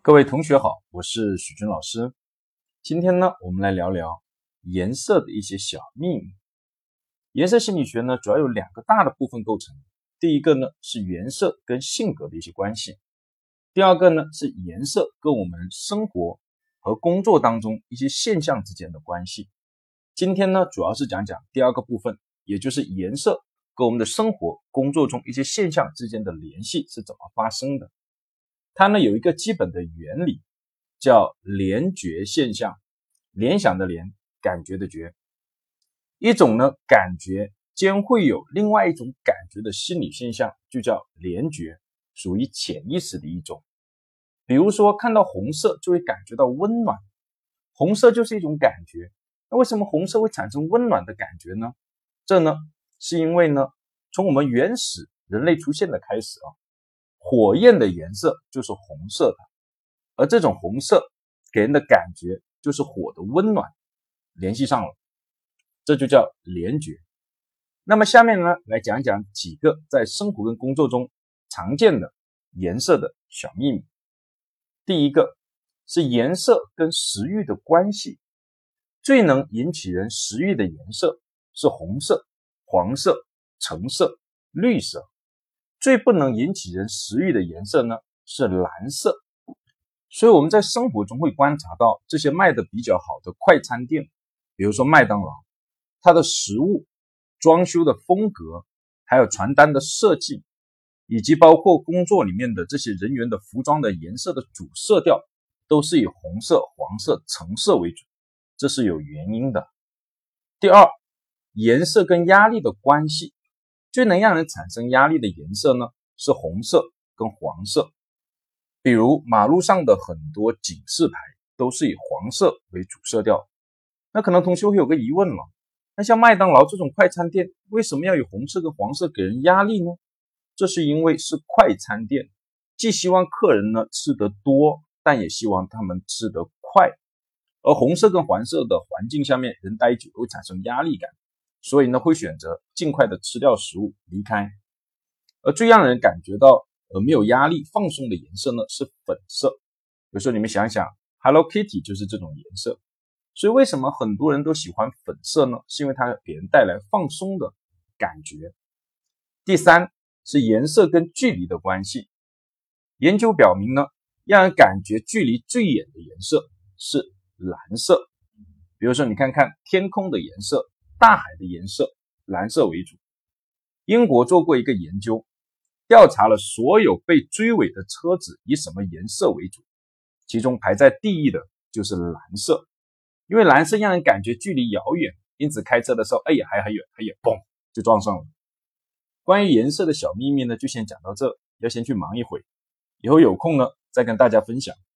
各位同学好，我是许军老师。今天呢，我们来聊聊颜色的一些小秘密。颜色心理学呢，主要有两个大的部分构成。第一个呢，是颜色跟性格的一些关系。第二个呢，是颜色跟我们生活和工作当中一些现象之间的关系。今天呢，主要是讲讲第二个部分，也就是颜色跟我们的生活、工作中一些现象之间的联系是怎么发生的。它呢有一个基本的原理，叫联觉现象，联想的联，感觉的觉。一种呢感觉间会有另外一种感觉的心理现象，就叫联觉，属于潜意识的一种。比如说看到红色就会感觉到温暖，红色就是一种感觉。那为什么红色会产生温暖的感觉呢？这呢是因为呢，从我们原始人类出现的开始火焰的颜色就是红色的，而这种红色给人的感觉就是火的温暖，联系上了，这就叫联觉。那么下面呢，来讲讲几个在生活跟工作中常见的颜色的小秘密。第一个是颜色跟食欲的关系，最能引起人食欲的颜色是红色、黄色、橙色、绿色。最不能引起人食欲的颜色呢是蓝色。所以我们在生活中会观察到这些卖的比较好的快餐店，比如说麦当劳，它的食物、装修的风格，还有传单的设计，以及包括工作里面的这些人员的服装的颜色的主色调，都是以红色、黄色、橙色为主，这是有原因的。第二，颜色跟压力的关系，最能让人产生压力的颜色呢是红色跟黄色。比如马路上的很多警示牌都是以黄色为主色调。那可能同学会有个疑问了，那像麦当劳这种快餐店为什么要以红色跟黄色给人压力呢？这是因为是快餐店，既希望客人呢吃得多，但也希望他们吃得快。而红色跟黄色的环境下面，人待久会产生压力感，所以呢会选择尽快的吃掉食物离开。而最让人感觉到没有压力放松的颜色呢是粉色。有时候你们想想 Hello Kitty 就是这种颜色。所以为什么很多人都喜欢粉色呢？是因为它给人带来放松的感觉。第三是颜色跟距离的关系。研究表明呢，让人感觉距离最远的颜色是蓝色。比如说你看看天空的颜色、大海的颜色，蓝色为主。英国做过一个研究，调查了所有被追尾的车子以什么颜色为主，其中排在第一的就是蓝色。因为蓝色让人感觉距离遥远，因此开车的时候，还很远，嘣就撞上了。关于颜色的小秘密呢，就先讲到这，要先去忙一会，以后有空呢再跟大家分享。